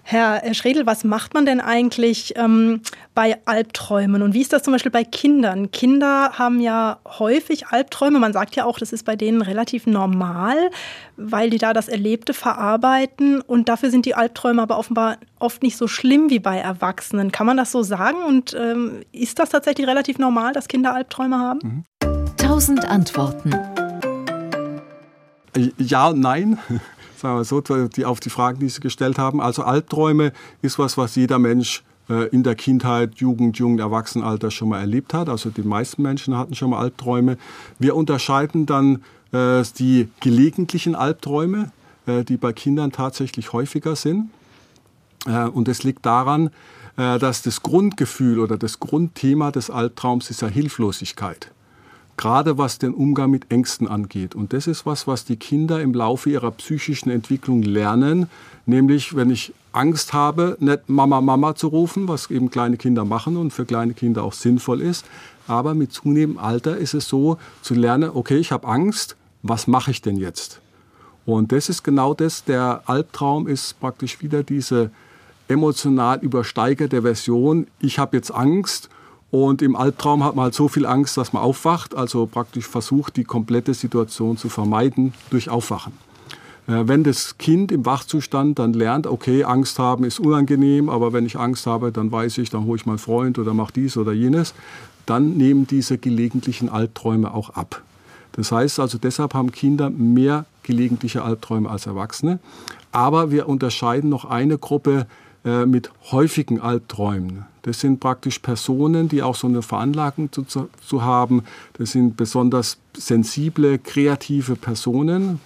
Herr Schredl, was macht man denn eigentlich bei Albträumen? Und wie ist das zum Beispiel bei Kindern? Kinder haben ja häufig Albträume. Man sagt ja auch, das ist bei denen relativ normal, weil die da das Erlebte verarbeiten. Und dafür sind die Albträume aber offenbar oft nicht so schlimm wie bei Erwachsenen. Kann man das so sagen? Und ist das tatsächlich relativ normal, dass Kinder Albträume haben? 1000 Antworten. Ja und nein. Sagen wir so, auf die Fragen, die Sie gestellt haben. Also Albträume ist was jeder Mensch in der Kindheit, Jugend, jungen Erwachsenenalter schon mal erlebt hat. Also die meisten Menschen hatten schon mal Albträume. Wir unterscheiden dann die gelegentlichen Albträume, die bei Kindern tatsächlich häufiger sind. Und das liegt daran, dass das Grundgefühl oder das Grundthema des Albtraums ist ja Hilflosigkeit. Gerade was den Umgang mit Ängsten angeht. Und das ist was die Kinder im Laufe ihrer psychischen Entwicklung lernen. Nämlich, wenn ich Angst habe, nicht Mama, Mama zu rufen, was eben kleine Kinder machen und für kleine Kinder auch sinnvoll ist. Aber mit zunehmendem Alter ist es so, zu lernen, okay, ich habe Angst, was mache ich denn jetzt? Und das ist genau das, der Albtraum ist praktisch wieder diese emotional übersteigerte Version. Ich habe jetzt Angst. Und im Albtraum hat man halt so viel Angst, dass man aufwacht, also praktisch versucht, die komplette Situation zu vermeiden durch Aufwachen. Wenn das Kind im Wachzustand dann lernt, okay, Angst haben ist unangenehm, aber wenn ich Angst habe, dann weiß ich, dann hole ich meinen Freund oder mache dies oder jenes, dann nehmen diese gelegentlichen Albträume auch ab. Das heißt also, deshalb haben Kinder mehr gelegentliche Albträume als Erwachsene. Aber wir unterscheiden noch eine Gruppe mit häufigen Albträumen. Das sind praktisch Personen, die auch so eine Veranlagung zu haben. Das sind besonders sensible, kreative Personen.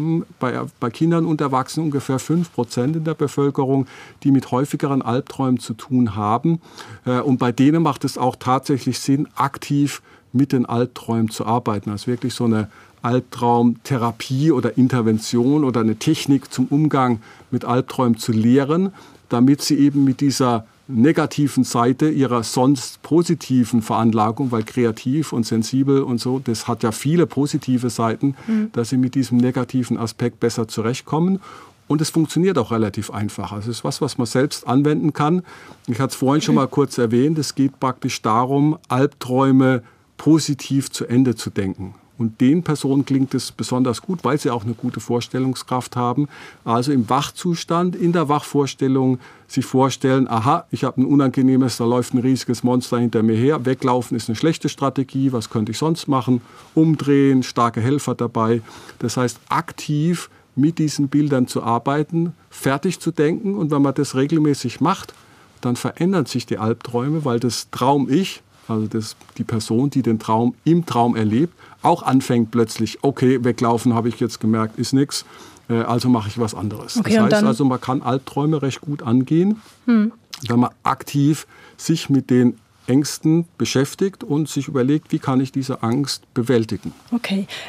Bei Kindern und Erwachsenen ungefähr 5% in der Bevölkerung, die mit häufigeren Albträumen zu tun haben. Und bei denen macht es auch tatsächlich Sinn, aktiv mit den Albträumen zu arbeiten. Also wirklich so eine Albtraumtherapie oder Intervention oder eine Technik zum Umgang mit Albträumen zu lehren, damit sie eben mit dieser negativen Seite ihrer sonst positiven Veranlagung, weil kreativ und sensibel und so, das hat ja viele positive Seiten, dass sie mit diesem negativen Aspekt besser zurechtkommen. Und es funktioniert auch relativ einfach. Also es ist was man selbst anwenden kann. Ich hatte es vorhin schon mal kurz erwähnt, es geht praktisch darum, Albträume positiv zu Ende zu denken. Und den Personen klingt es besonders gut, weil sie auch eine gute Vorstellungskraft haben. Also im Wachzustand, in der Wachvorstellung sich vorstellen, aha, ich habe ein unangenehmes, da läuft ein riesiges Monster hinter mir her. Weglaufen ist eine schlechte Strategie, was könnte ich sonst machen? Umdrehen, starke Helfer dabei. Das heißt, aktiv mit diesen Bildern zu arbeiten, fertig zu denken. Und wenn man das regelmäßig macht, dann verändern sich die Albträume, weil das Traum-Ich, also die Person, die den Traum im Traum erlebt, auch anfängt plötzlich, okay, weglaufen habe ich jetzt gemerkt, ist nichts, also mache ich was anderes. Okay, das heißt also, man kann Albträume recht gut angehen, wenn man aktiv sich mit den Ängsten beschäftigt und sich überlegt, wie kann ich diese Angst bewältigen. Okay,